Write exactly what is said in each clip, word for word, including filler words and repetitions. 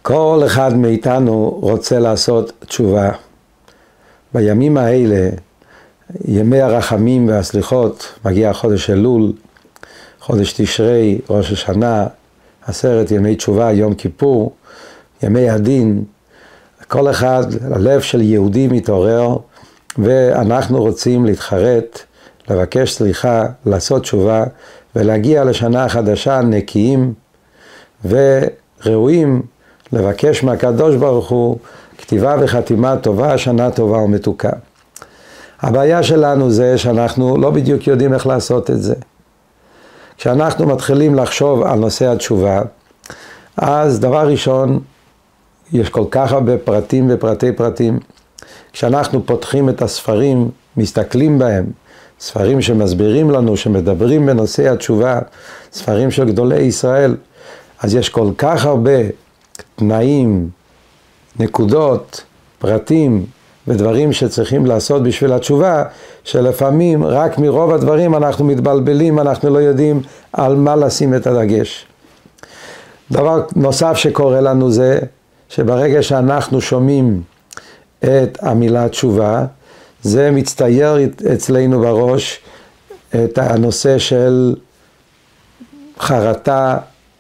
כל אחד מאיתנו רוצה לעשות תשובה. בימים האלה, ימי הרחמים והסליחות, מגיע חודש אלול, חודש תשרי, ראש השנה, עשרת ימי תשובה, יום כיפור, ימי הדין. כל אחד, הלב של יהודי מתעורר, ואנחנו רוצים להתחרט, לבקש סליחה, לעשות תשובה, ולהגיע לשנה חדשה נקיים וראויים, לבקש מהקדוש ברוך הוא כתיבה וחתימה טובה, שנה טובה ומתוקה. הבעיה שלנו זה שאנחנו לא בדיוק יודעים איך לעשות את זה. כשאנחנו מתחילים לחשוב על נושא התשובה, אז דבר ראשון, יש כל כך הרבה פרטים ופרטי פרטים. כשאנחנו פותחים את הספרים, מסתכלים בהם, ספרים שמסבירים לנו, שמדברים בנושא התשובה, ספרים של גדולי ישראל, אז יש כל כך הרבה תנאים, נקודות, פרטים ודברים שצריכים לעשות בשביל התשובה, שלפעמים רק מרוב הדברים אנחנו מתבלבלים, אנחנו לא יודעים על מה לשים את הדגש. דבר נוסף שקורה לנו זה, שברגע שאנחנו שומעים את המילה תשובה, זה מצטייר אצלנו בראש את הנושא של חרטה,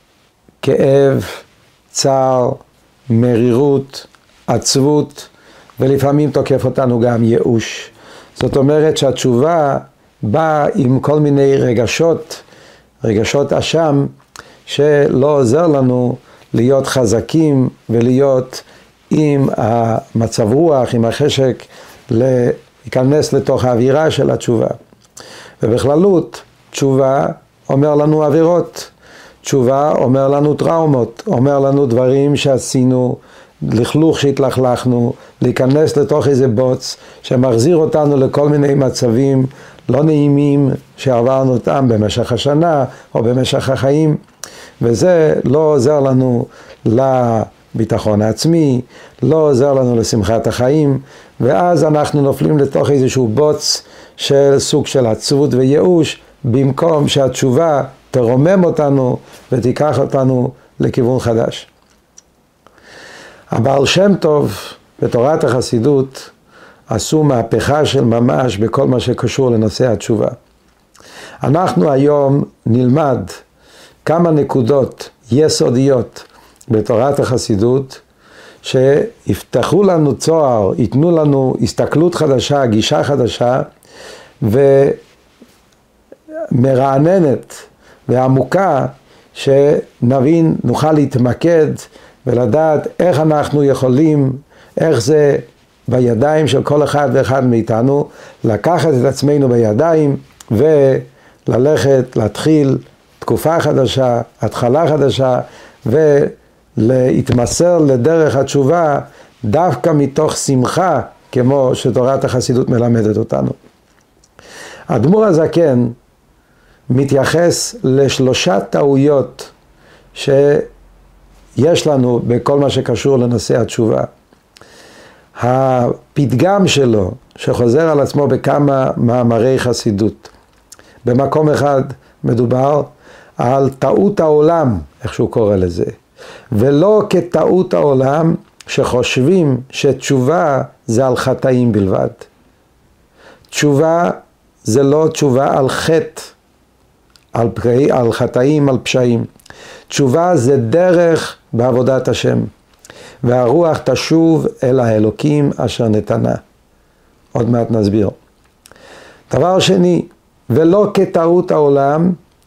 כאב, צער, מרירות, עצבות, ולפעמים תוקף אותנו גם ייאוש. זאת אומרת שהתשובה באה עם כל מיני רגשות, רגשות אשם, שלא עוזר לנו להיות חזקים ולהיות עם המצב רוח, עם החשק, להיכנס לתוך האווירה של התשובה. ובכללות, תשובה אומר לנו עבירות. תשובה אומר לנו טראומות, אומר לנו דברים שעשינו, לכלוך שהתלכלכנו, להיכנס לתוך איזה בוץ שמחזיר אותנו לכל מיני מצבים לא נעימים שעברנו אותם במשך השנה או במשך החיים, וזה לא עוזר לנו לביטחון העצמי, לא עוזר לנו לשמחת החיים, ואז אנחנו נופלים לתוך איזשהו בוץ של סוג של עצבות וייאוש, במקום שהתשובה תרומם אותנו ותיקח אותנו לכיוון חדש. הבעל שם טוב בתורת החסידות עשו מהפכה של ממש בכל מה שקשור לנושא התשובה. אנחנו היום נלמד כמה נקודות יסודיות בתורת החסידות שיפתחו לנו צוהר, ייתנו לנו הסתכלות חדשה, גישה חדשה ומרעננת ועמוקה, שנבין, נוכל להתמקד ולדעת איך אנחנו יכולים, איך זה בידיים של כל אחד ואחד מאיתנו, לקחת את עצמנו בידיים וללכת, להתחיל תקופה חדשה, התחלה חדשה, ולהתמסר לדרך התשובה דווקא מתוך שמחה, כמו שתורת החסידות מלמדת אותנו. האדמו"ר הזקן מתייחס לשלושה טעויות שיש לנו בכל מה שקשור לנושא התשובה. הפתגם שלו, שחוזר על עצמו בכמה מאמרי חסידות, במקום אחד מדובר על טעות העולם, איך שהוא קורא לזה, ולא כטעות העולם שחושבים שתשובה זה על חטאים בלבד. תשובה זה לא תשובה על חטא, על, פגעי, על חטאים, על פשעים. תשובה זה דרך בעבודת השם. והרוח תשוב אל האלוקים אשר נתנה. עוד מעט נסביר. דבר שני, ולא כטעות העולם,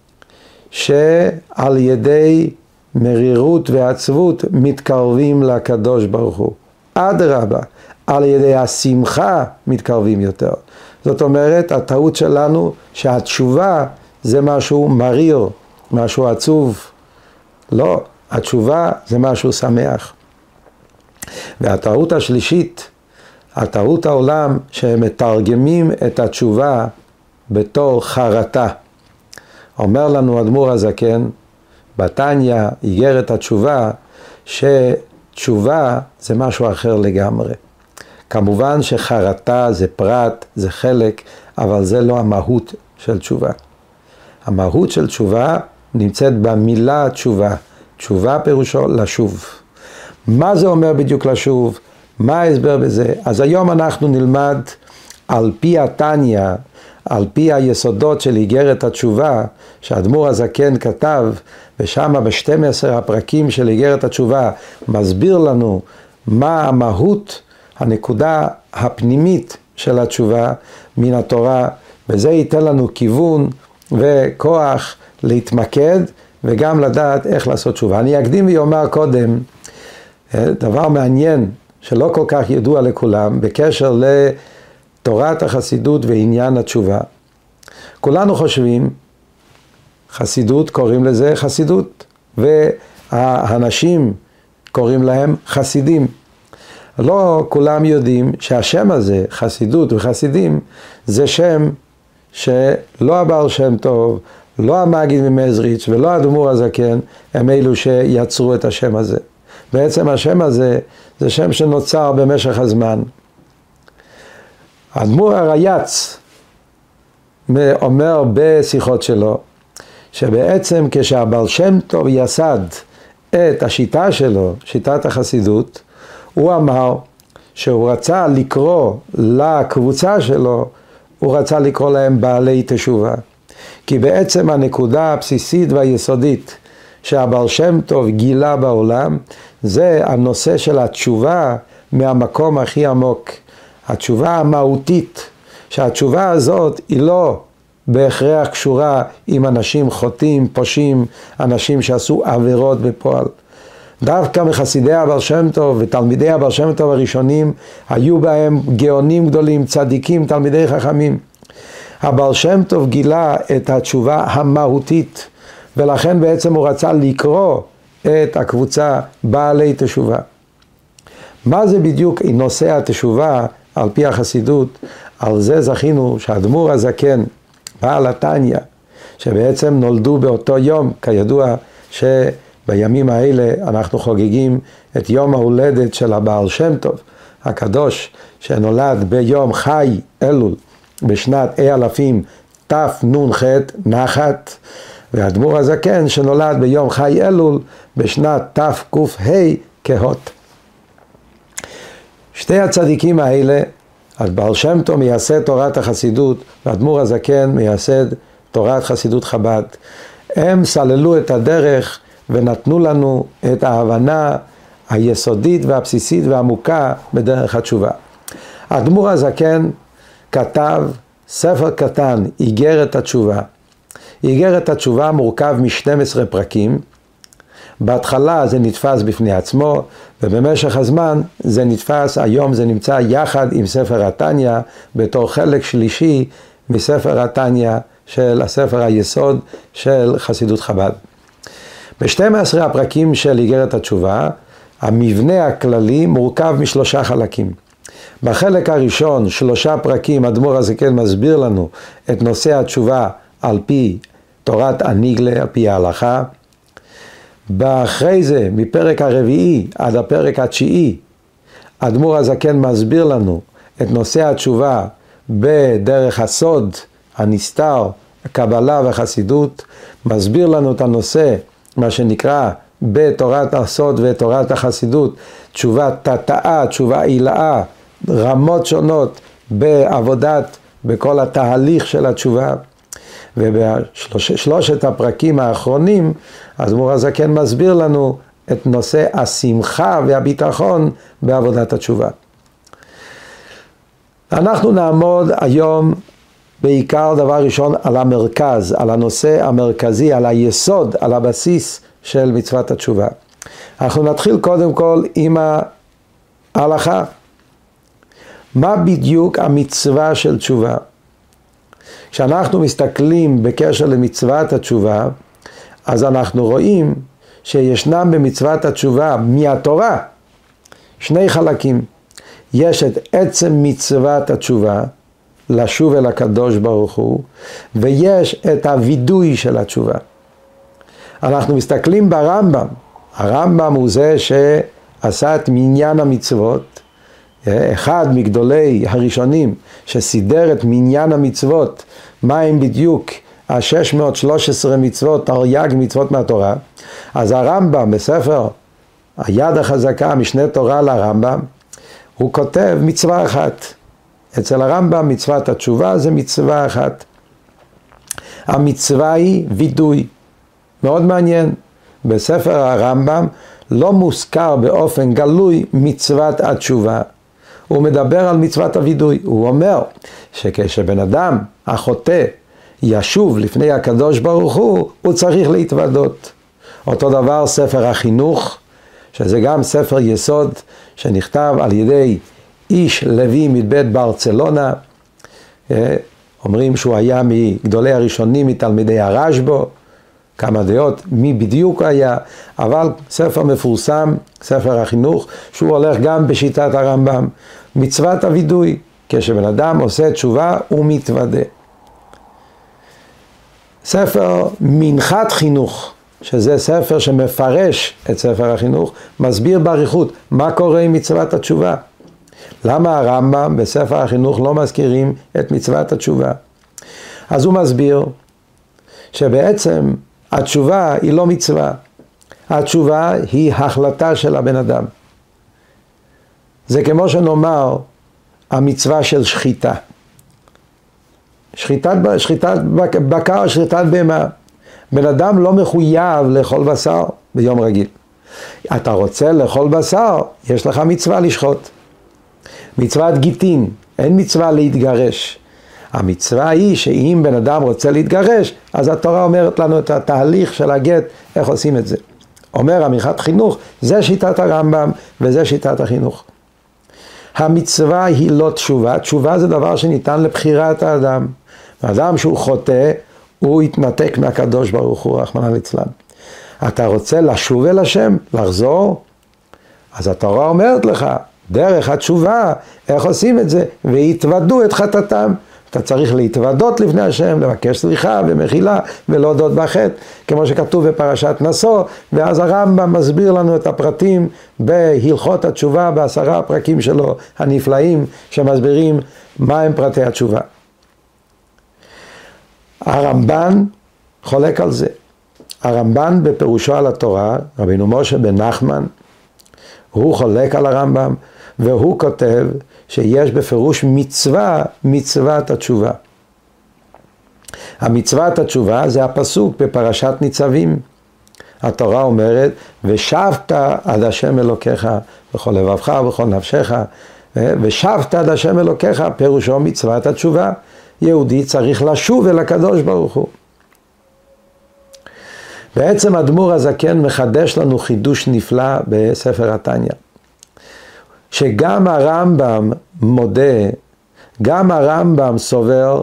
שעל ידי מרירות ועצבות מתקרבים לקדוש ברוך הוא. אדרבה, על ידי השמחה מתקרבים יותר. זאת אומרת, הטעות שלנו שהתשובה זה משהו מריר, משהו עצוב. לא, התשובה זה משהו שמח. והטעות השלישית, הטעות העולם, שהם מתרגמים את התשובה בתור חרטה. אומר לנו אדמו"ר הזקן, בתניא, איגרת התשובה, שתשובה זה משהו אחר לגמרי. כמובן שחרטה זה פרט, זה חלק, אבל זה לא המהות של תשובה. המהות של תשובה נמצאת במילה תשובה. תשובה פירושו לשוב. מה זה אומר בדיוק לשוב? מה ההסבר בזה? אז היום אנחנו נלמד על פי התניא, על פי היסודות של איגרת התשובה, שהאדמו"ר הזקן כתב, ושם ב-שנים עשר הפרקים של איגרת התשובה, מסביר לנו מה המהות, הנקודה הפנימית של התשובה מן התורה, וזה ייתן לנו כיוון וכוח להתמקד, וגם לדעת איך לעשות תשובה. אני אקדים ויאמר קודם, דבר מעניין שלא כל כך ידוע לכולם, בקשר לתורת החסידות ועניין התשובה. כולנו חושבים, חסידות קוראים לזה חסידות, והאנשים קוראים להם חסידים. לא כולם יודעים שהשם הזה, חסידות וחסידים, זה שם שלא הבעל שם טוב, לא המגיד ממזריץ' ולא האדמו"ר הזקן, הם אלו שיצרו את השם הזה. בעצם השם הזה זה שם שנוצר במשך הזמן. האדמו"ר הריי"צ אומר בשיחות שלו, שבעצם כשהבעל שם טוב יסד את השיטה שלו, שיטת החסידות, הוא אמר שהוא רצה לקרוא לקבוצה שלו, הוא רצה לקרוא להם בעלי תשובה. כי בעצם הנקודה הבסיסית והיסודית שהבעל שם טוב גילה בעולם, זה הנושא של התשובה מהמקום הכי עמוק. התשובה המהותית, שהתשובה הזאת היא לא בהכרח קשורה עם אנשים חוטאים, פושעים, אנשים שעשו עבירות בפועל. דווקא מחסידי הבעל שם טוב ותלמידי הבעל שם טוב הראשונים, היו בהם גאונים גדולים, צדיקים, תלמידי חכמים. הבעל שם טוב גילה את התשובה המהותית, ולכן בעצם הוא רצה לקרוא את הקבוצה בעלי תשובה. מה זה בדיוק נושא התשובה על פי החסידות? על זה זכינו שהאדמו"ר הזקן, בעל התניא, שבעצם נולדו באותו יום, כידוע שבימים האלה אנחנו חוגגים את יום ההולדת של הבעל שם טוב, הקדוש, שנולד ביום חי אלול, בשנת אלפים תנ"ח נחת, והאדמו"ר הזקן שנולד ביום חי אלול בשנת תק"ה כהות. שתי הצדיקים האלה, הבעל שם טוב מייסד תורת החסידות, והאדמו"ר הזקן מייסד תורת חסידות חב"ד. הם סללו את הדרך ונתנו לנו את ההבנה היסודית והבסיסית והעמוקה בדרך התשובה. האדמו"ר הזקן כתב ספר קטן, איגרת התשובה. איגרת התשובה מורכב מ-שנים עשר פרקים. בהתחלה זה נתפס בפני עצמו, ובמשך הזמן זה נתפס, היום זה נמצא יחד עם ספר התניא, בתור חלק שלישי מספר התניא של הספר היסוד של חסידות חב"ד. ב-שנים עשר הפרקים של איגרת התשובה, המבנה הכללי מורכב משלושה חלקים. בחלק הראשון, שלושה פרקים, האדמו"ר הזקן מסביר לנו את נושא התשובה על פי תורת הניגלה, על פי ההלכה. באחרי זה, מפרק הרביעי עד הפרק התשיעי, האדמו"ר הזקן מסביר לנו את נושא התשובה בדרך הסוד, הנסתר, הקבלה והחסידות, מסביר לנו את הנושא, מה שנקרא בתורת הסוד ותורת החסידות, תשובה תתאה, תשובה עילאה, רמות שונות בעבודת, בכל התהליך של התשובה. ובשלושת הפרקים האחרונים, האדמו"ר הזקן מסביר לנו את נושא השמחה והביטחון בעבודת התשובה. אנחנו נעמוד היום בעיקר דבר ראשון על המרכז, על הנושא המרכזי, על היסוד, על הבסיס של מצוות התשובה. אנחנו נתחיל קודם כל עם ההלכה. מה בדיוק המצווה של תשובה? כשאנחנו מסתכלים בקשר למצוות התשובה, אז אנחנו רואים שישנם במצוות התשובה מהתורה שני חלקים. יש את עצם מצוות התשובה, לשוב אל הקדוש ברוך הוא, ויש את הווידוי של התשובה. אנחנו מסתכלים ברמב"ם, הרמב"ם הוא זה שעשה את מניין המצוות, אחד מגדולי הראשונים שסידר את מניין המצוות, מה הם בדיוק ה-שש מאות ושלוש עשרה מצוות, תרי"ג מצוות מהתורה. אז הרמב"ם בספר היד החזקה, משנה תורה לרמב"ם, הוא כותב מצווה אחת. אצל הרמב"ם מצוות התשובה זה מצווה אחת. המצווה היא וידוי. מאוד מעניין. בספר הרמב"ם לא מוזכר באופן גלוי מצוות התשובה. הוא מדבר על מצוות הוידוי. הוא אומר שכשבן אדם החוטא ישוב לפני הקדוש ברוך הוא, הוא צריך להתוודות. אותו דבר ספר החינוך, שזה גם ספר יסוד שנכתב על ידי איש לוי מבית ברצלונה. אומרים שהוא היה מגדולי הראשונים, מתלמידי הרשב"א, כמה דעות מי בדיוק היה, אבל ספר מפורסם, ספר החינוך, שהוא הולך גם בשיטת הרמב"ם. מצוות הוידוי, כשבן אדם עושה תשובה הוא מתוודה. ספר מנחת חינוך, שזה ספר שמפרש את ספר החינוך, מסביר באריכות מה קורה עם מצוות התשובה. למה הרמב"ם בספר החינוך לא מזכירים את מצוות התשובה? אז הוא מסביר שבעצם התשובה היא לא מצווה. התשובה היא החלטה של הבן אדם. זה כמו שנאמר המצווה של שחיטה. שחיטת, שחיטת בקר, שחיטת בהמה. בן אדם לא מחויב לאכול בשר ביום רגיל. אתה רוצה לאכול בשר, יש לך מצווה לשחוט. מצוות גיטין, אין מצווה להתגרש. המצווה היא שאם בן אדם רוצה להתגרש, אז התורה אומרת לנו את התהליך של הגט, איך עושים את זה. אומר המנחת חינוך, זה שיטת הרמב"ם וזה שיטת החינוך. המצווה היא לא תשובה, תשובה זה דבר שניתן לבחירת האדם. האדם שהוא חוטא, הוא יתנתק מהקדוש ברוך הוא, רחמנא ליצלן. אתה רוצה לשוב אל השם, לחזור? אז התורה אומרת לך, דרך התשובה, איך עושים את זה? והתוודו את חטאתם. אתה צריך להתוודות לפני השם, לבקש סליחה ומחילה ולהודות בחטא, כמו שכתוב בפרשת נשוא, ואז הרמב"ם מסביר לנו את הפרטים בהלכות התשובה, בעשרה הפרקים שלו הנפלאים, שמסבירים מה הם פרטי התשובה. הרמב"ן חולק על זה. הרמב"ן בפירושו על התורה, רבינו משה בן נחמן, הוא חולק על הרמב"ם, והוא כותב שיש בפירוש מצווה, מצוות התשובה. המצוות התשובה זה הפסוק בפרשת ניצבים. התורה אומרת, ושבת עד השם אלוקיך בכל לבבך ובכל נפשך, ושבת עד השם אלוקיך, פירושו מצוות התשובה. יהודי צריך לשוב אל הקדוש ברוך הוא. בעצם אדמו"ר הזקן מחדש לנו חידוש נפלא בספר התניא. שגם הרמב"ם מודה, גם הרמב"ם סובר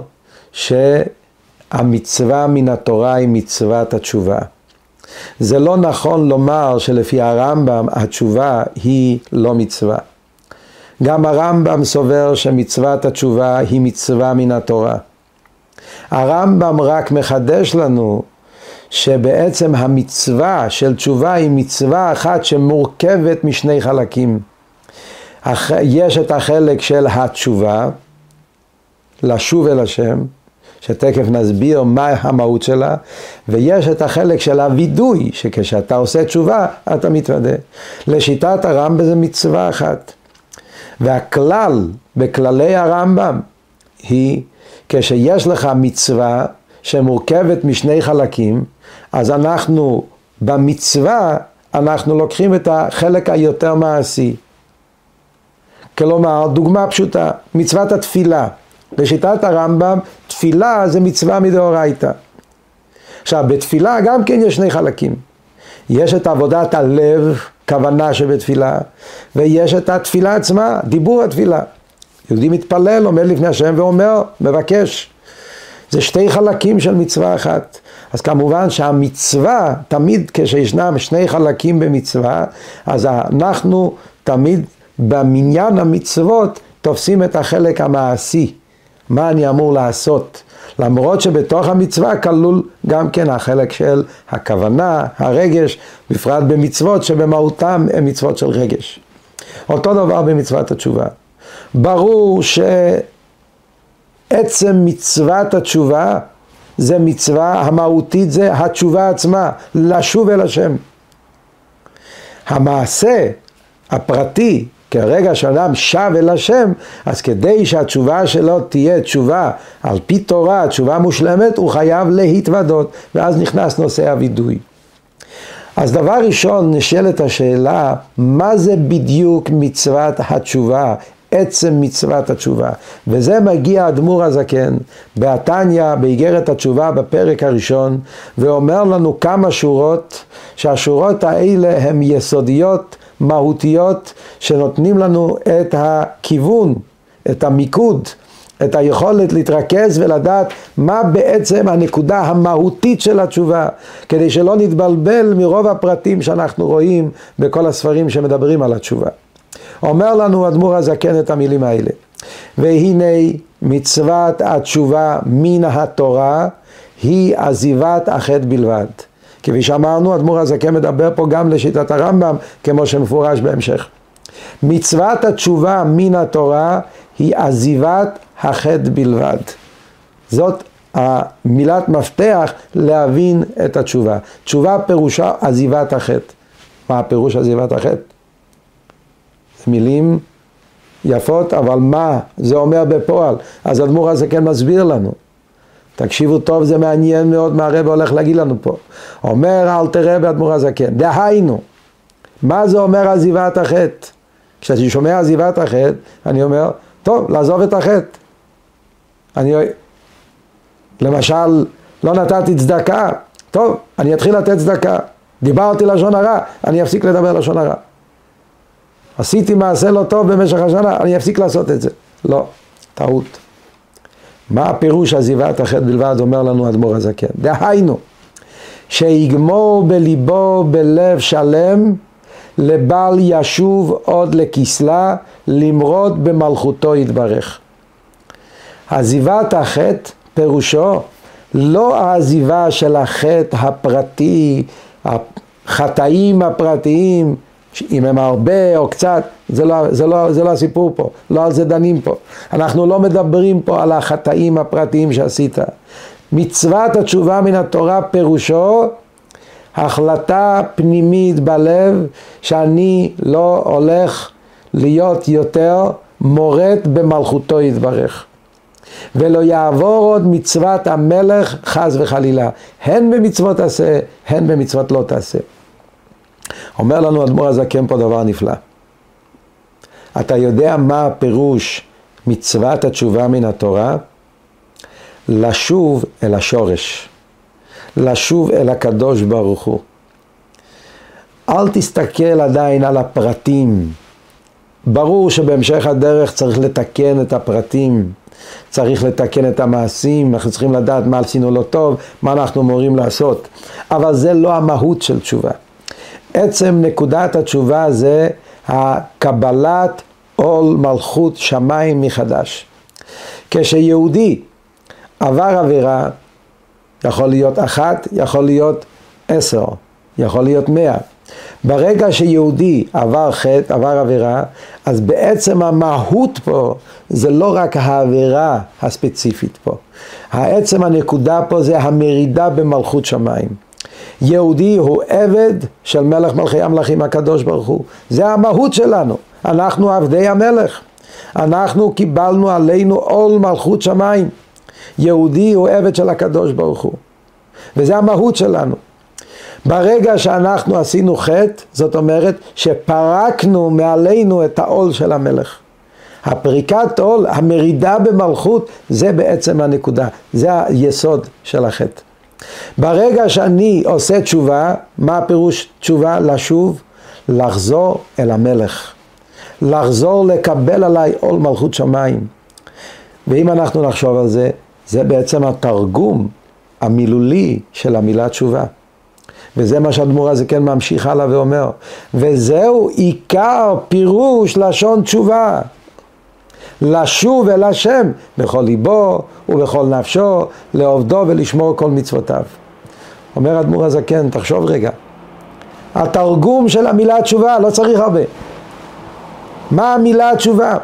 שהמצווה מן התורה היא מצוות התשובה. זה לא נכון לומר שלפי הרמב"ם התשובה היא לא מצווה. גם הרמב"ם סובר שמצוות התשובה היא מצווה מן התורה. הרמב"ם רק מחדש לנו שבעצם המצווה של תשובה היא מצווה אחת שמורכבת משני חלקים. יש את החלק של התשובה, לשוב אל השם, שתכף נסביר מה המהות שלה, ויש את החלק של הוידוי, שכשאתה עושה תשובה, אתה מתוודה. לשיטת הרמב"ם זה מצווה אחת. והכלל, בכללי הרמב"ם, היא כשיש לך מצווה שמורכבת משני חלקים, אז אנחנו במצווה, אנחנו לוקחים את החלק היותר מעשי. כלומר, דוגמה פשוטה, מצוות התפילה. לשיטת הרמב"ם, תפילה זה מצווה מדאורייתא. עכשיו, בתפילה גם כן יש שני חלקים. יש את עבודת הלב, כוונה שבתפילה, ויש את התפילה עצמה, דיבור התפילה. יהודי מתפלל, עומד לפני השם ואומר, מבקש. זה שתי חלקים של מצווה אחת. אז כמובן שהמצווה, תמיד כשישנם שני חלקים במצווה, אז אנחנו תמיד במניין המצוות תופסים את החלק המעשי. מה אני אמור לעשות? למרות שבתוך המצווה כלול גם כן החלק של הכוונה, הרגש, בפרט במצוות שבמהותם הן מצוות של רגש. אותו דבר במצוות התשובה. ברור שעצם מצוות התשובה זה מצווה המהותית, זה התשובה עצמה, לשוב אל השם. המעשה הפרטי, כרגע שאדם שב אל השם, אז כדי שהתשובה שלו תהיה תשובה על פי תורה, תשובה מושלמת, הוא חייב להתוודות, ואז נכנס נושא הווידוי. אז דבר ראשון נשאלת השאלה, מה זה בדיוק מצוות התשובה, עצם מצוות התשובה? וזה מגיע האדמו"ר הזקן בתניא, באיגרת התשובה בפרק הראשון, ואומר לנו כמה שורות, שהשורות האלה הן יסודיות, מהותיות, שנותנים לנו את הכיוון, את המיקוד, את היכולת להתרכז ולדעת מה בעצם הנקודה המהותית של התשובה, כדי שלא נתבלבל מרוב הפרטים שאנחנו רואים בכל הספרים שמדברים על התשובה. אומר לנו האדמו"ר הזקן את המילים האלה, והנה מצוות התשובה מן התורה היא עזיבת החטא בלבד. כפי שאמרנו, האדמו"ר הזקן מדבר פה גם לשיטת הרמב"ם, כמו שמפורש בהמשך. מצוות התשובה מן התורה היא עזיבת החטא בלבד. זאת המילת מפתח להבין את התשובה. תשובה פירושה עזיבת החטא. מה הפירוש עזיבת החטא? זה מילים יפות, אבל מה זה אומר בפועל? אז האדמו"ר הזקן מסביר לנו. תקשיבו טוב, זה מעניין מאוד מה הרב הולך להגיד לנו פה. אומר אל תראה באדמו"ר הזקן, דהיינו, מה זה אומר עזיבת החטא? כשאני שומע עזיבת החטא, אני אומר, טוב, לעזוב את החטא. אני, למשל, לא נתתי צדקה, טוב, אני אתחיל לתת צדקה. דיברתי לשון הרע, אני אפסיק לדבר לשון הרע. עשיתי מעשה לא טוב במשך השנה, אני אפסיק לעשות את זה. לא, טעות. מה הפירוש עזיבת החטא בלבד, אומר לנו האדמו"ר הזקן? דהיינו, שיגמור בליבו בלב שלם, לבל ישוב עוד לכסלה, למרוד במלכותו יתברך. עזיבת החטא פירושו לא העזיבה של החטא הפרטי, החטאים הפרטיים, אם הם הרבה או קצת, זה לא, זה לא, זה לא הסיפור פה, לא על זה דנים פה. אנחנו לא מדברים פה על החטאים הפרטיים שעשית. מצוות התשובה מן התורה פירושו החלטה פנימית בלב שאני לא הולך להיות יותר מורד במלכותו יתברך. ולא יעבור עוד מצוות המלך חס וחלילה, הן במצוות תעשה, הן במצוות לא תעשה. אומר לנו האדמו"ר הזקן פה דבר נפלא. אתה יודע מה הפירוש מצוות התשובה מן התורה? לשוב אל השורש, לשוב אל הקדוש ברוך הוא. אל תסתכל עדיין על הפרטים. ברור שבהמשך הדרך צריך לתקן את הפרטים, צריך לתקן את המעשים, אנחנו צריכים לדעת מה עשינו לא טוב, מה אנחנו אמורים לעשות. אבל זה לא המהות של תשובה. עצם נקודת התשובה זה הקבלת עול מלכות שמיים מחדש. כשיהודי עבר עבירה, יכול להיות אחת, יכול להיות עשר, יכול להיות מאה. ברגע שיהודי עבר חטא, עבר עבירה, אז בעצם המהות פה זה לא רק העבירה הספציפית פה. העצם הנקודה פה זה המרידה במלכות שמיים. יהודי הוא עבד של מלך מלכי המלכים הקדוש ברוך הוא. זה המהות שלנו. אנחנו עבדי המלך. אנחנו קיבלנו עלינו עול מלכות שמיים. יהודי הוא עבד של הקדוש ברוך הוא. וזה המהות שלנו. ברגע שאנחנו עשינו חטא, זאת אומרת שפרקנו מעלינו את העול של המלך. הפריקת עול, המרידה במלכות, זה בעצם הנקודה. זה היסוד של החטא. ברגע שאני עושה תשובה, מה הפירוש תשובה? לשוב, לחזור אל המלך. לחזור לקבל עליי עול מלכות שמיים. ואם אנחנו נחשוב על זה, זה בעצם התרגום המילולי של המילה תשובה. וזה מה שהאדמו"ר הזקן ממשיך הלאה ואומר. וזהו עיקר פירוש לשון תשובה. לשוב אל השם בכל ליבו ובכל נפשו, לעובדו ולשמור כל מצוותיו. אומר האדמו"ר הזקן, תחשוב רגע. התרגום של המילה תשובה, לא צריך הרבה. מה המילה תשובה?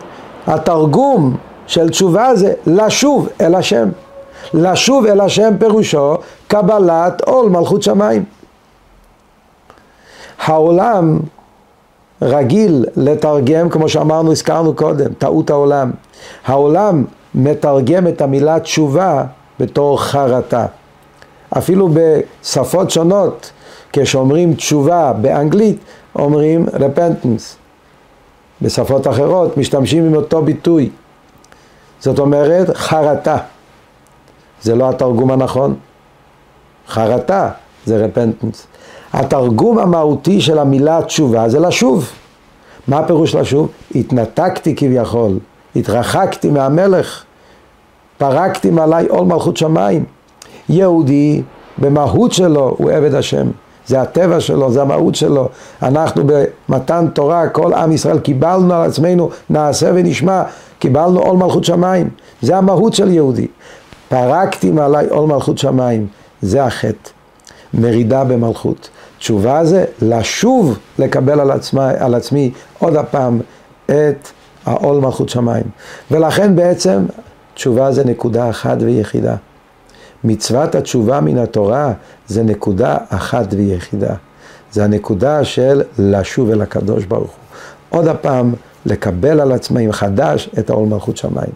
התרגום של תשובה זה לשוב אל השם. לשוב אל השם פירושו קבלת עול מלכות שמיים. העולם רגיל לתרגם, כמו שאמרנו, הזכרנו קודם, טעות העולם. העולם מתרגם את המילה תשובה בתור חרטה. אפילו בשפות שונות, כשאומרים תשובה באנגלית, אומרים repentance. בשפות אחרות משתמשים עם אותו ביטוי. זאת אומרת חרטה. זה לא התרגום הנכון. חרטה זה repentance. התרגום המהותי של המילה תשובה זה לשוב. מה הפירוש לשוב? התנתקתי כביכול, התרחקתי מהמלך, פרקתי מעלי עול מלכות שמיים. יהודי במהות שלו הוא עבד השם, זה הטבע שלו, זה המהות שלו. אנחנו במתן תורה, כל עם ישראל קיבלנו על עצמנו, נעשה ונשמע, קיבלנו עול מלכות שמיים, זה המהות של יהודי. פרקתי מעלי עול מלכות שמיים, זה החטא, מרידה במלכות. תשובה זה לשוב לקבל על, עצמה, על עצמי עוד הפעם את העול מלכות שמיים. ולכן בעצם תשובה זה נקודה אחת ויחידה. מצוות התשובה מן התורה זה נקודה אחת ויחידה. זה הנקודה של לשוב אל הקדוש ברוך הוא. עוד הפעם לקבל על עצמי חדש את העול מלכות שמיים.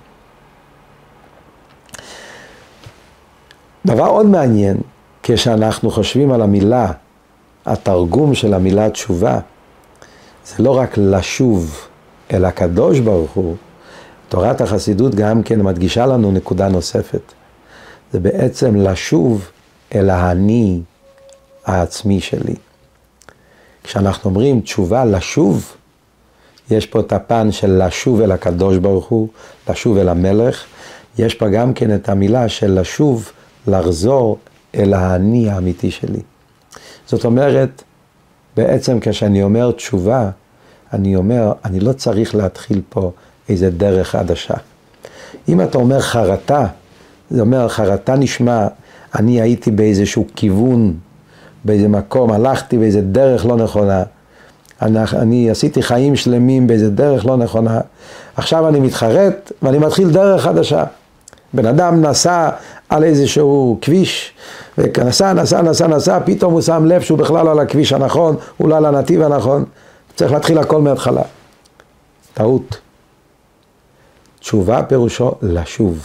דבר עוד מעניין, כשאנחנו חושבים על המילה, התרגום של המילה תשובה, זה לא רק לשוב אל הקדוש ברוך הוא, תורת החסידות גם כן מדגישה לנו נקודה נוספת. זה בעצם לשוב אל האני העצמי שלי. כשאנחנו אומרים תשובה לשוב, יש פה את הפן של לשוב אל הקדוש ברוך הוא, לשוב אל המלך, יש פה גם כן את המילה של לשוב, לחזור אל האני האמיתי שלי. זאת אומרת, בעצם כשאני אומר תשובה, אני אומר, אני לא צריך להתחיל פה איזה דרך חדשה. אם אתה אומר חרטה, זה אומר, חרטה נשמע, אני הייתי באיזשהו כיוון, באיזה מקום, הלכתי באיזה דרך לא נכונה, אני, אני עשיתי חיים שלמים באיזה דרך לא נכונה, עכשיו אני מתחרט ואני מתחיל דרך חדשה. בן אדם נסע על איזשהו כביש, ונסע, נסע, נסע, נסע, פתאום הוא שם לב שהוא בכלל לא על הכביש הנכון, הוא לא על הנתיב הנכון, צריך להתחיל הכל מההתחלה. טעות. תשובה פירושו לשוב.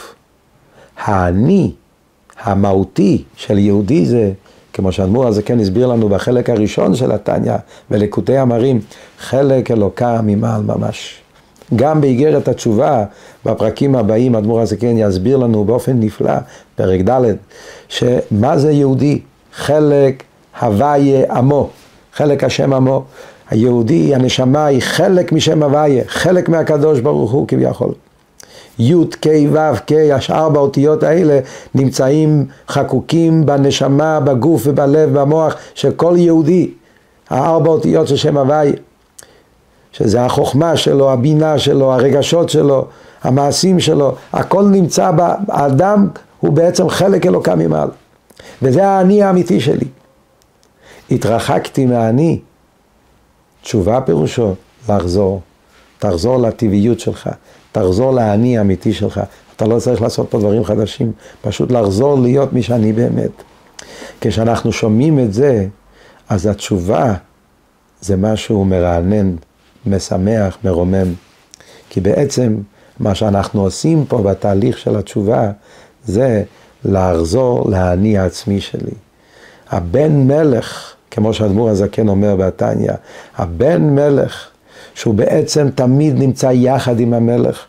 האני המהותי של יהודי זה, כמו שאדמו"ר הזקן הסביר לנו בחלק הראשון של התניא וליקוטי אמרים, חלק אלוקה ממעל ממש. גם באיגרת התשובה בפרקים הבאים אדמו"ר הזקן יסביר לנו באופן נפלא, פרק ד', שמה זה יהודי? חלק הוויה עמו, חלק השם עמו. היהודי, הנשמה היא חלק משם הוויה, חלק מהקדוש ברוך הוא כביכול. י' ק' ו' ק', השאר באותיות האלה נמצאים חקוקים בנשמה, בגוף ובלב, במוח של כל יהודי. הארבע אותיות של שם הוויה, שזה החוכמה שלו, הבינה שלו, הרגשות שלו, המעשים שלו, הכל נמצא באדם, הוא בעצם חלק אלוקה ממעל. וזה האני האמיתי שלי. התרחקתי מהאני, תשובה פירושו לחזור, תחזור לטבעיות שלך, תחזור לאני האמיתי שלך. אתה לא צריך לעשות פה דברים חדשים, פשוט לחזור להיות מי שאני באמת. כשאנחנו שומעים את זה, אז התשובה זה משהו מרענן, משמח, מרומם. כי בעצם מה שאנחנו עושים פה בתהליך של התשובה, זה לחזור לאני העצמי שלי. הבן מלך, כמו שהאדמו"ר הזקן אומר בתניא, הבן מלך, שהוא בעצם תמיד נמצא יחד עם המלך,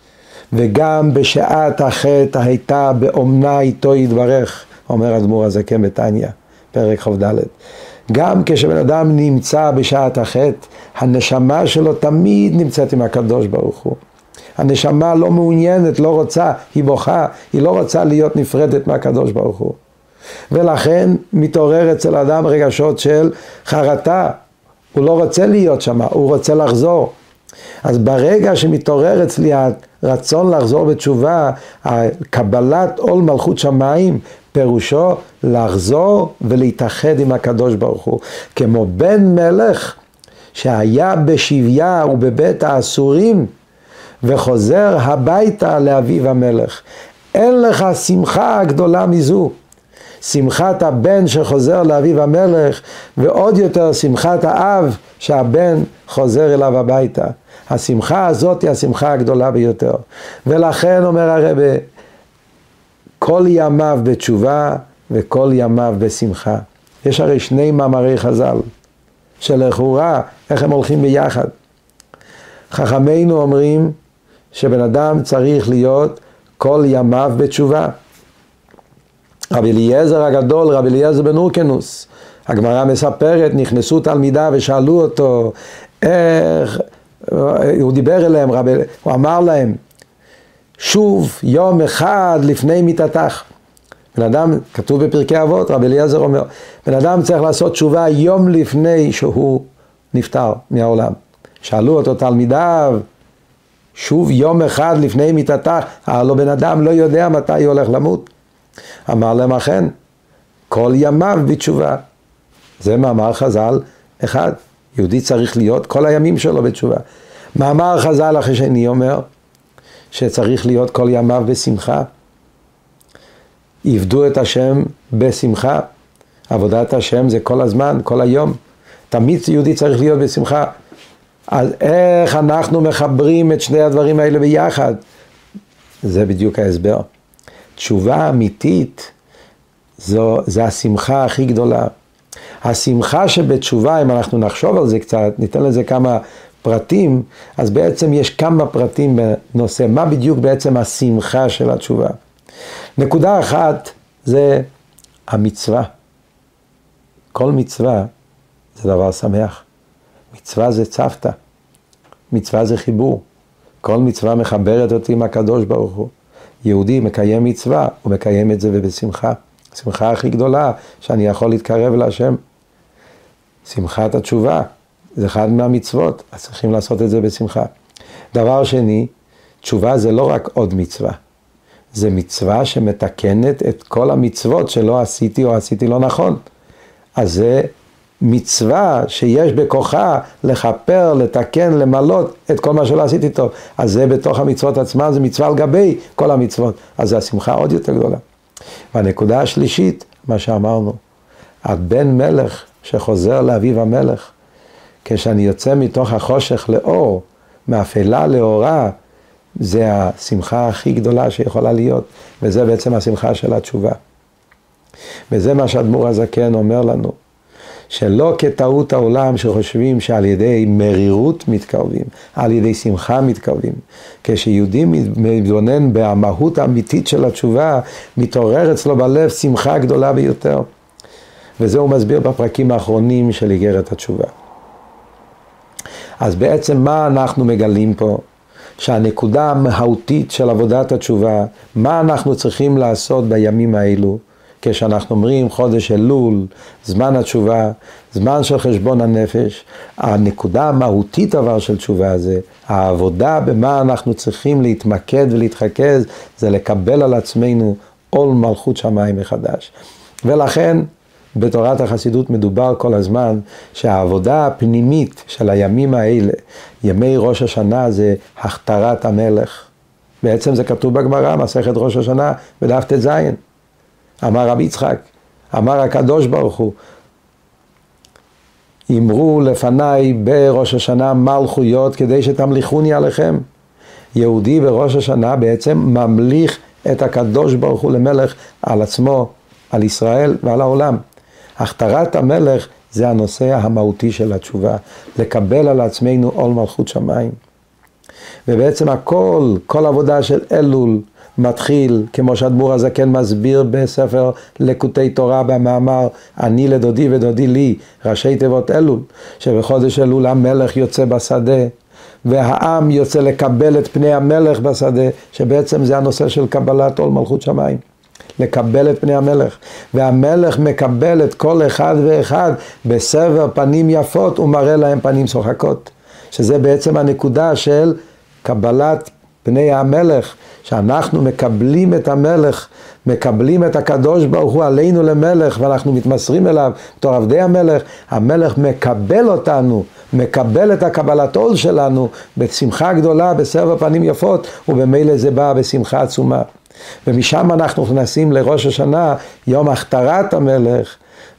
וגם בשעת החטא הייתה באומנה איתו יתברך, אומר האדמו"ר הזקן בתניא, פרק ח"ד. גם כשבן אדם נמצא בשעת החטא, הנשמה שלו תמיד נמצאת עם הקדוש ברוך הוא. הנשמה לא מעוניינת, לא רוצה, היא בוכה, היא לא רוצה להיות נפרדת מהקדוש ברוך הוא. ולכן מתעורר אצל האדם רגשות של חרטה, הוא לא רוצה להיות שם, הוא רוצה לחזור. אז ברגע שמתעורר אצלי הרצון לחזור בתשובה, קבלת עול מלכות שמיים, פירושו לחזור ולהתאחד עם הקדוש ברוך הוא. כמו בן מלך שהיה בשביה ובבית האסורים, וחוזר הביתה לאביו המלך. אין לך שמחה גדולה מזו, שמחת הבן שחוזר לאביו המלך, ועוד יותר שמחת האב שהבן חוזר אליו הביתה. השמחה הזאת היא השמחה הגדולה ביותר. ולכן אומר הרב, כל ימיו בתשובה וכל ימיו בשמחה. יש הרי שני מאמרי חז"ל, שלכאורה איך הם הולכים ביחד. חכמינו אומרים שבן אדם צריך להיות כל ימיו בתשובה. רבי אליעזר הגדול, רבי אליעזר בן אורקנוס, הגמרא מספרת, נכנסו תלמידיו ושאלו אותו איך, הוא דיבר אליהם, רבי, הוא אמר להם, שוב יום אחד לפני מיתתך. בן אדם, כתוב בפרקי אבות, רבי אליעזר אומר, בן אדם צריך לעשות תשובה יום לפני שהוא נפטר מהעולם. שאלו אותו תלמידיו, שוב יום אחד לפני מיתתך, הלא בן אדם לא יודע מתי הוא הולך למות. אמר להם אכן, כל ימיו בתשובה. זה מאמר חז"ל אחד. יהודי צריך להיות כל הימים שלו בתשובה. מאמר חז"ל השני אומר, שצריך להיות כל ימיו בשמחה. עבדו את השם בשמחה. עבודת השם זה כל הזמן, כל היום. תמיד יהודי צריך להיות בשמחה. אז איך אנחנו מחברים את שני הדברים האלה ביחד? זה בדיוק ההסבר. תשובה אמיתית, זו, זה השמחה הכי גדולה. השמחה שבתשובה, אם אנחנו נחשוב על זה קצת, ניתן לזה כמה פרטים, אז בעצם יש כמה פרטים בנושא, מה בדיוק בעצם השמחה של התשובה. נקודה אחת זה המצווה. כל מצווה זה דבר שמח. מצווה זה צוותא. מצווה זה חיבור. כל מצווה מחברת אותי עם הקדוש ברוך הוא. יהודי מקיים מצווה, הוא מקיים את זה ובשמחה. שמחה הכי גדולה שאני יכול להתקרב להשם. שמחת התשובה, זה אחד מהמצוות, אז צריכים לעשות את זה בשמחה. דבר שני, תשובה זה לא רק עוד מצווה. זה מצווה שמתקנת את כל המצוות שלא עשיתי או עשיתי לא נכון. אז זה מצווה שיש בכוחה לחפר, לתקן, למלות את כל מה שלא עשיתי טוב. אז זה בתוך המצוות עצמה, זה מצווה על גבי כל המצוות. אז זה השמחה עוד יותר גדולה. והנקודה השלישית, מה שאמרנו, הבן מלך שחוזר לאביו המלך, כשאני יוצא מתוך החושך לאור, מאפלה לאורה, זה השמחה הכי גדולה שיכולה להיות, וזה בעצם השמחה של התשובה. וזה מה שהאדמו"ר הזקן אומר לנו, שלא כטעות העולם שחושבים שעל ידי מרירות מתקרבים, על ידי שמחה מתקרבים. כשיהודי מתבונן במהות האמיתית של התשובה, מתעורר אצלו בלב שמחה גדולה ביותר. וזה הוא מסביר בפרקים האחרונים של איגרת התשובה. אז בעצם מה אנחנו מגלים פה? שהנקודה המהותית של עבודת התשובה, מה אנחנו צריכים לעשות בימים האלו? כשאנחנו אומרים חודש אלול, זמן התשובה, זמן של חשבון הנפש, הנקודה המהותית אבל של תשובה הזה, העבודה במה אנחנו צריכים להתמקד ולהתרכז, זה לקבל על עצמנו עול מלכות שמיים מחדש. ולכן בתורת החסידות מדובר כל הזמן שהעבודה הפנימית של הימים האלה, ימי ראש השנה, זה הכתרת המלך. בעצם זה כתוב בגמרא, מסכת ראש השנה בדף ט"ז. אמר רבי יצחק, אמר הקדוש ברוך הוא, אמרו לפניי בראש השנה מלכויות כדי שתמליכוני עליכם. יהודי בראש השנה בעצם ממליך את הקדוש ברוך הוא למלך על עצמו, על ישראל ועל העולם. הכתרת המלך זה הנושא המהותי של התשובה, לקבל על עצמנו עול מלכות שמיים. ובעצם הכל, כל עבודה של אלול מתחיל, כמו שהאדמו"ר הזקן מסביר בספר לקוטי תורה במאמר, אני לדודי ודודי לי, ראשי תיבות אלול, שבחודש אלול המלך יוצא בשדה, והעם יוצא לקבל את פני המלך בשדה, שבעצם זה הנושא של קבלת עול מלכות שמיים. לקבל את פני המלך, והמלך מקבל את כל אחד ואחד בסבר פנים יפות ומראה להם פנים שוחקות, שזה בעצם הנקודה של קבלת פני המלך, שאנחנו מקבלים את המלך, מקבלים את הקדוש ברוך הוא עלינו למלך, ואנחנו מתמסרים אליו בתור עבדי המלך. המלך מקבל אותנו, מקבל את הקבלת עול שלנו בשמחה גדולה, בסבר פנים יפות, ובמילא זה בא בשמחה עצומה. ומשם אנחנו נכנסים לראש השנה, יום הכתרת המלך,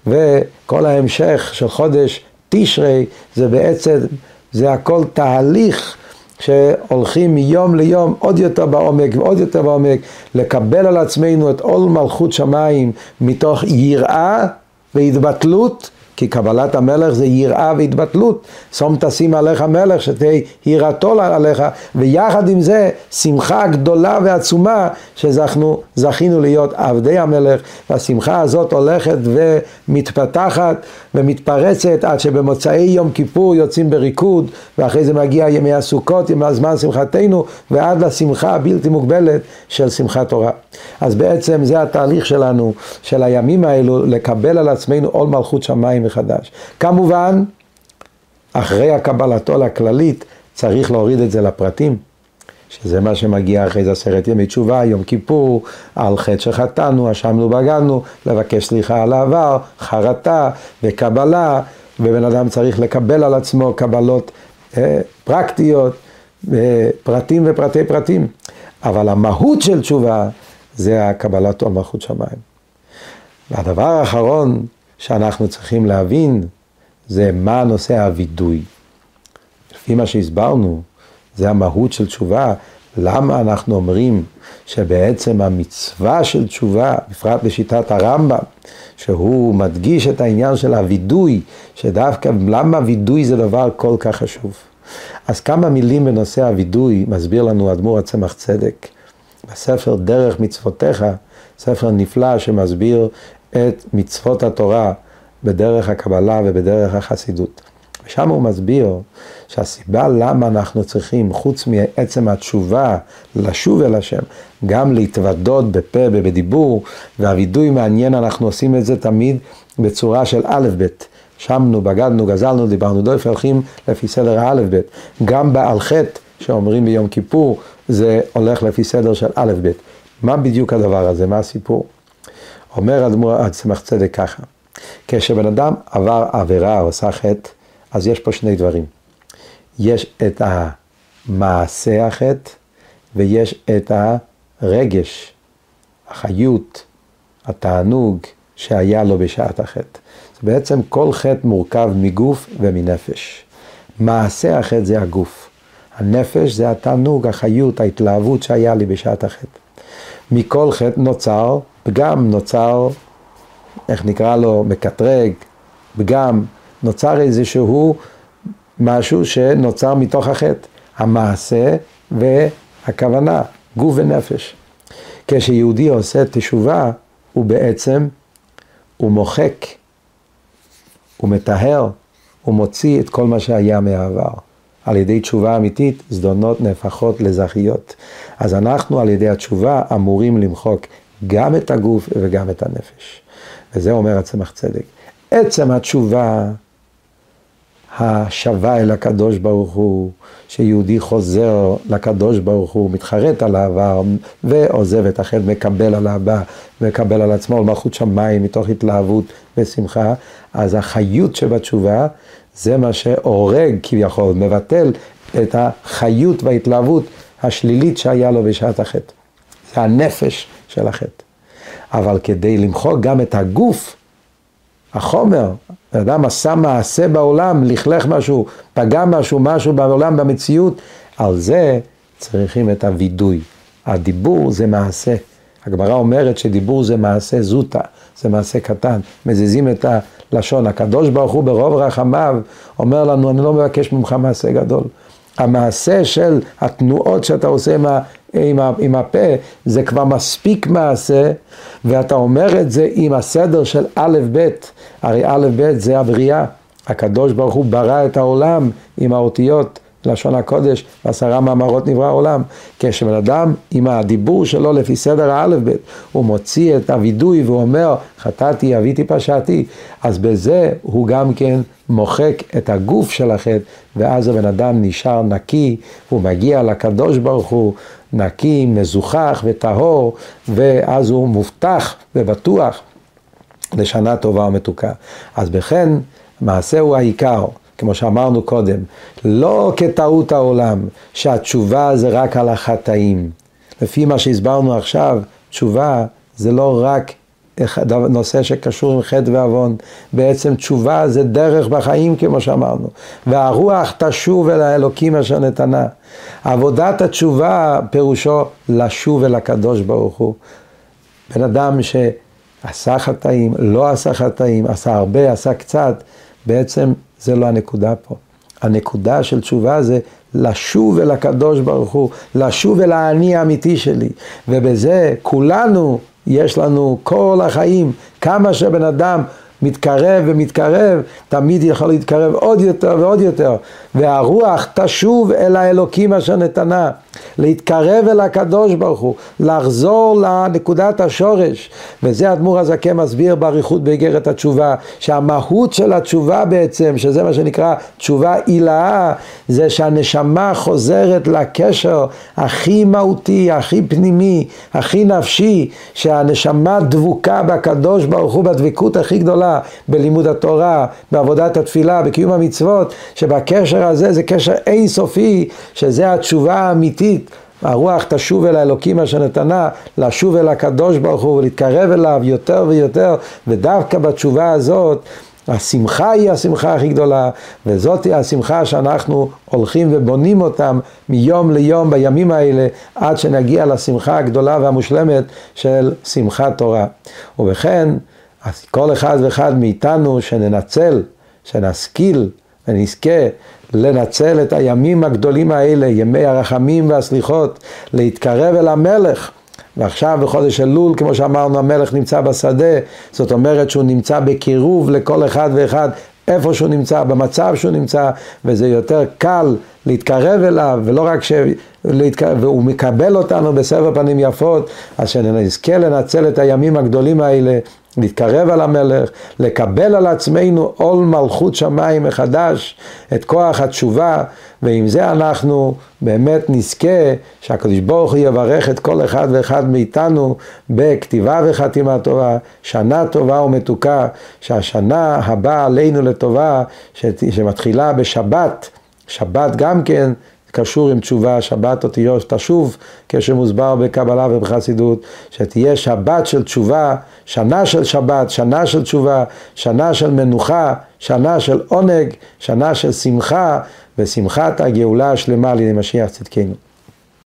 וכל ההמשך של חודש תשרי, זה בעצם, זה הכל תהליך שהולכים מיום ליום עוד יותר בעומק ועוד יותר בעומק, לקבל על עצמנו את עול מלכות שמיים מתוך יראה והתבטלות, כי קבלת המלך זה יראה והתבטלות. שום תשים עליך מלך שתהיה יראתו עליך, ויחד עם זה שמחה גדולה ועצומה שזכנו, זכינו להיות עבדי המלך, והשמחה הזאת הולכת ומתפתחת ומתפרצת עד שבמוצאי יום כיפור יוצאים בריקוד, ואחרי זה מגיע ימי הסוכות, ימי הזמן שמחתנו, ועד לשמחה הבלתי מוגבלת של שמחת תורה. אז בעצם זה התהליך שלנו, של הימים האלו, לקבל על עצמנו עול מלכות שמיים מחדש. כמובן, אחרי הקבלתו לכללית, צריך להוריד את זה לפרטים, שזה מה שמגיע אחרי זה עשרת ימי תשובה, יום כיפור, על חטא שחטאנו, אשמנו בגדנו, לבקש סליחה על העבר, חרטה וקבלה, ובן אדם צריך לקבל על עצמו קבלות אה, פרקטיות, אה, פרטים ופרטי פרטים. אבל המהות של תשובה זה הקבלת עול מלכות שמיים. והדבר האחרון שאנחנו צריכים להבין זה מה נושא הווידוי. לפי מה שהסברנו, זה המהות של תשובה. למה אנחנו אומרים שבעצם המצווה של תשובה, בפרט בשיטת הרמב"ם, שהוא מדגיש את העניין של הווידוי, שדווקא למה וידוי זה דבר כל כך חשוב. אז כמה מילים בנושא הווידוי מסביר לנו אדמו"ר הצמח צדק, בספר דרך מצוותיך, ספר נפלא שמסביר את מצוות התורה בדרך הקבלה ובדרך החסידות. ושם הוא מסביר שהסיבה למה אנחנו צריכים, חוץ מעצם התשובה, לשוב אל השם, גם להתוודות בפה ובדיבור, והווידוי מעניין, אנחנו עושים את זה תמיד בצורה של א' ב'. שמנו, בגדנו, גזלנו, דיברנו, דויף, הולכים לפי סדר האלף ב'. גם בעל חטא שאומרים ביום כיפור, זה הולך לפי סדר של א' ב'. מה בדיוק הדבר הזה? מה הסיפור? אומר אדמו"ר הצמח צדק ככה, כשבן אדם עבר עבירה או עשה חטא, אז יש פה שני דברים. יש את המעשה החטא, ויש את הרגש, החיות, התענוג שהיה לו בשעת החטא. בעצם כל חטא מורכב מגוף ומנפש. מעשה החטא זה הגוף. הנפש זה התענוג, החיות, ההתלהבות שהיה לי בשעת החטא. מכל חטא נוצר, פגם נוצר, איך נקרא לו, מקטרג, פגם, נוצר איזשהו משהו שנוצר מתוך החטא. המעשה והכוונה, גוף ונפש. כשיהודי עושה תשובה, הוא בעצם, הוא מוחק, הוא מטהר, הוא מוציא את כל מה שהיה מהעבר. על ידי תשובה אמיתית, זדונות נהפכות לזכיות. אז אנחנו על ידי התשובה אמורים למחוק גם את הגוף וגם את הנפש. וזה אומר הצמח צדק. עצם התשובה השווה אל הקדוש ברוך הוא, שיהודי חוזר לקדוש ברוך הוא, מתחרט על העבר ועוזב את החטא, מקבל על הבא, מקבל על עצמו על מלכות שמיים מתוך התלהבות ושמחה. אז החיות שבתשובה זה מה שהורג כביכול, מבטל את החיות וההתלהבות השלילית שהיה לו בשעת החטא. זה הנפש של החטא. אבל כדי למחוק גם את הגוף, החומר, האדם עשה מעשה בעולם, לכלך משהו, פגע משהו, משהו בעולם, במציאות, על זה צריכים את הווידוי. הדיבור זה מעשה. הגמרא אומרת שדיבור זה מעשה זוטה, זה מעשה קטן. מזיזים את הלשון. הקדוש ברוך הוא ברוב רחמיו אומר לנו, אני לא מבקש ממך מעשה גדול. המעשה של התנועות שאתה עושה עם, ה, עם, ה, עם הפה, זה כבר מספיק מעשה, ואתה אומר את זה עם הסדר של א' ב'. הרי א' ב' זה הבריאה. הקדוש ברוך הוא ברא את העולם עם האותיות, לשון הקודש, ועשרה מאמרות נברא העולם. כשבן אדם עם הדיבור שלו לפי סדר האלף ב', הוא מוציא את הווידוי והוא אומר, חטאתי, אביתי, פשעתי, אז בזה הוא גם כן מוחק את הגוף של החטא, ואז הבן אדם נשאר נקי, הוא מגיע לקדוש ברוך הוא, נקי, מזוכח וטהור, ואז הוא מובטח ובטוח לשנה טובה ומתוקה. אז בכן, מעשה הוא העיקר. כמו שאמרנו קודם, לא כטעות העולם, שהתשובה זה רק על החטאים. לפי מה שהסברנו עכשיו, תשובה זה לא רק נושא שקשור עם חטא ועוון, בעצם תשובה זה דרך בחיים כמו שאמרנו, והרוח תשוב אל האלוקים אשר נתנה. עבודת התשובה פירושו לשוב אל הקדוש ברוך הוא. בן אדם שעשה חטאים, לא עשה חטאים, עשה הרבה, עשה קצת, בעצם זה לא הנקודה פה. הנקודה של תשובה זה לשוב אל הקדוש ברוך הוא, לשוב אל האני האמיתי שלי, ובזה כולנו יש לנו כל החיים, כמה שבן אדם מתקרב ומתקרב, תמיד יכול להתקרב עוד יותר ועוד יותר, והרוח תשוב אל האלוקים אשר נתנה, להתקרב אל הקדוש ברוך הוא, לחזור לנקודת השורש. וזה האדמו"ר הזקן מסביר באריכות באיגרת התשובה, שהמהות של התשובה בעצם, שזה מה שנקרא תשובה עילאה, זה שהנשמה חוזרת לקשר הכי מהותי, הכי פנימי, הכי נפשי, שהנשמה דבוקה בקדוש ברוך הוא בדבקות הכי גדולה, בלימוד התורה, בעבודת התפילה, בקיום המצוות, שבקשר הזה זה קשר אינסופי, שזה התשובה האמיתית. הרוח תשוב אל האלוקים אשר נתנה, לשוב אל הקדוש ברוך הוא ולהתקרב אליו יותר ויותר, ודווקא בתשובה הזאת השמחה היא השמחה הכי גדולה, וזאת היא השמחה שאנחנו הולכים ובונים אותם מיום ליום בימים האלה, עד שנגיע לשמחה הגדולה והמושלמת של שמחת תורה. ובכן, אז כל אחד ואחד מאיתנו שננצל, שנשכיל ונזכה לנצל את הימים הגדולים האלה, ימי הרחמים והסליחות, להתקרב אל המלך. ועכשיו בחודש אלול, כמו שאמרנו, המלך נמצא בשדה, זאת אומרת שהוא נמצא בקירוב לכל אחד ואחד, איפה שהוא נמצא, במצב שהוא נמצא, וזה יותר קל להתקרב אליו, ולא רק ש... והוא מקבל אותנו בסבר פנים יפות, אז שנזכה לנצל את הימים הגדולים האלה, להתקרב על המלך, לקבל על עצמנו עול מלכות שמיים מחדש, את כוח התשובה, ועם זה אנחנו באמת נזכה שהקדוש ברוך הוא יברך את כל אחד ואחד מאיתנו בכתיבה וחתימה טובה, שנה טובה ומתוקה, שהשנה הבאה עלינו לטובה, שמתחילה בשבת, שבת גם כן קשור עם תשובה, שבת אותיות תשוב, כשמוסבר בקבלה ובחסידות, שתהיה שבת של תשובה, שנה של שבת, שנה של תשובה, שנה של מנוחה, שנה של עונג, שנה של שמחה, ושמחת הגאולה השלמה לידי משיח צדקנו.